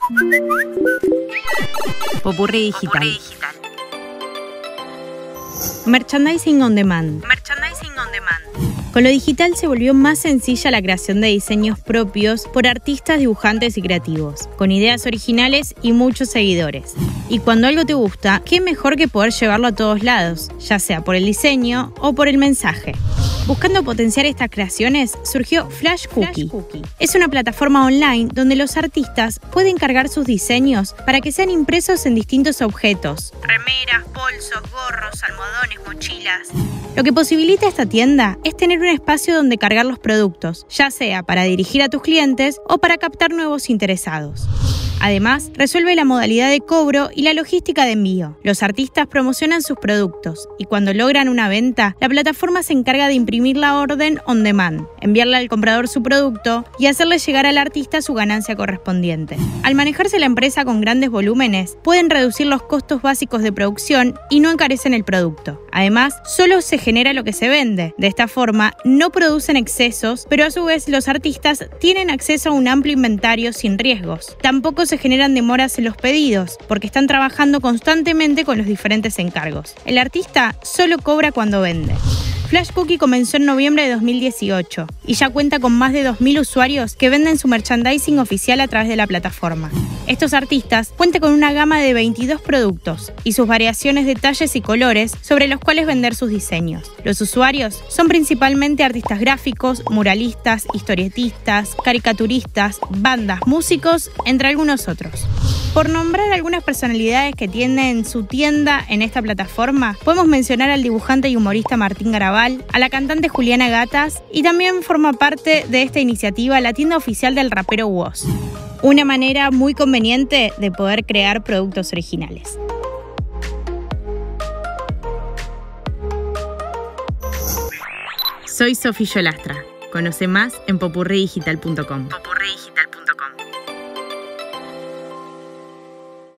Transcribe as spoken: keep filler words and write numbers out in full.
Popurrí Digital. Merchandising on demand. Merchandising on demand. Con lo digital se volvió más sencilla la creación de diseños propios por artistas, dibujantes y creativos, con ideas originales y muchos seguidores. Y cuando algo te gusta, qué mejor que poder llevarlo a todos lados, ya sea por el diseño o por el mensaje. Buscando potenciar estas creaciones, surgió Flash Cookie. Es una plataforma online donde los artistas pueden cargar sus diseños para que sean impresos en distintos objetos. Remeras, bolsos, gorros, almohadones, mochilas. Lo que posibilita esta tienda es tener un espacio donde cargar los productos, ya sea para dirigir a tus clientes o para captar nuevos interesados. Además, resuelve la modalidad de cobro y la logística de envío. Los artistas promocionan sus productos y cuando logran una venta, la plataforma se encarga de imprimir la orden on demand, enviarle al comprador su producto y hacerle llegar al artista su ganancia correspondiente. Al manejarse la empresa con grandes volúmenes, pueden reducir los costos básicos de producción y no encarecen el producto. Además, solo se genera lo que se vende. De esta forma, no producen excesos, pero a su vez los artistas tienen acceso a un amplio inventario sin riesgos. Tampoco se generan demoras en los pedidos, porque están trabajando constantemente con los diferentes encargos. El artista solo cobra cuando vende. Flash Cookie comenzó en noviembre de dos mil dieciocho y ya cuenta con más de dos mil usuarios que venden su merchandising oficial a través de la plataforma. Estos artistas cuentan con una gama de veintidós productos y sus variaciones de talles y colores sobre los cuales vender sus diseños. Los usuarios son principalmente artistas gráficos, muralistas, historietistas, caricaturistas, bandas, músicos, entre algunos otros. Por nombrar algunas personalidades que tienen su tienda en esta plataforma, podemos mencionar al dibujante y humorista Martín Garabal, a la cantante Juliana Gatas y también forma parte de esta iniciativa la tienda oficial del rapero Woz. Una manera muy conveniente de poder crear productos originales. Soy Sofía Yolastra. Conoce más en popurrí digital punto com. Popurrí Digital.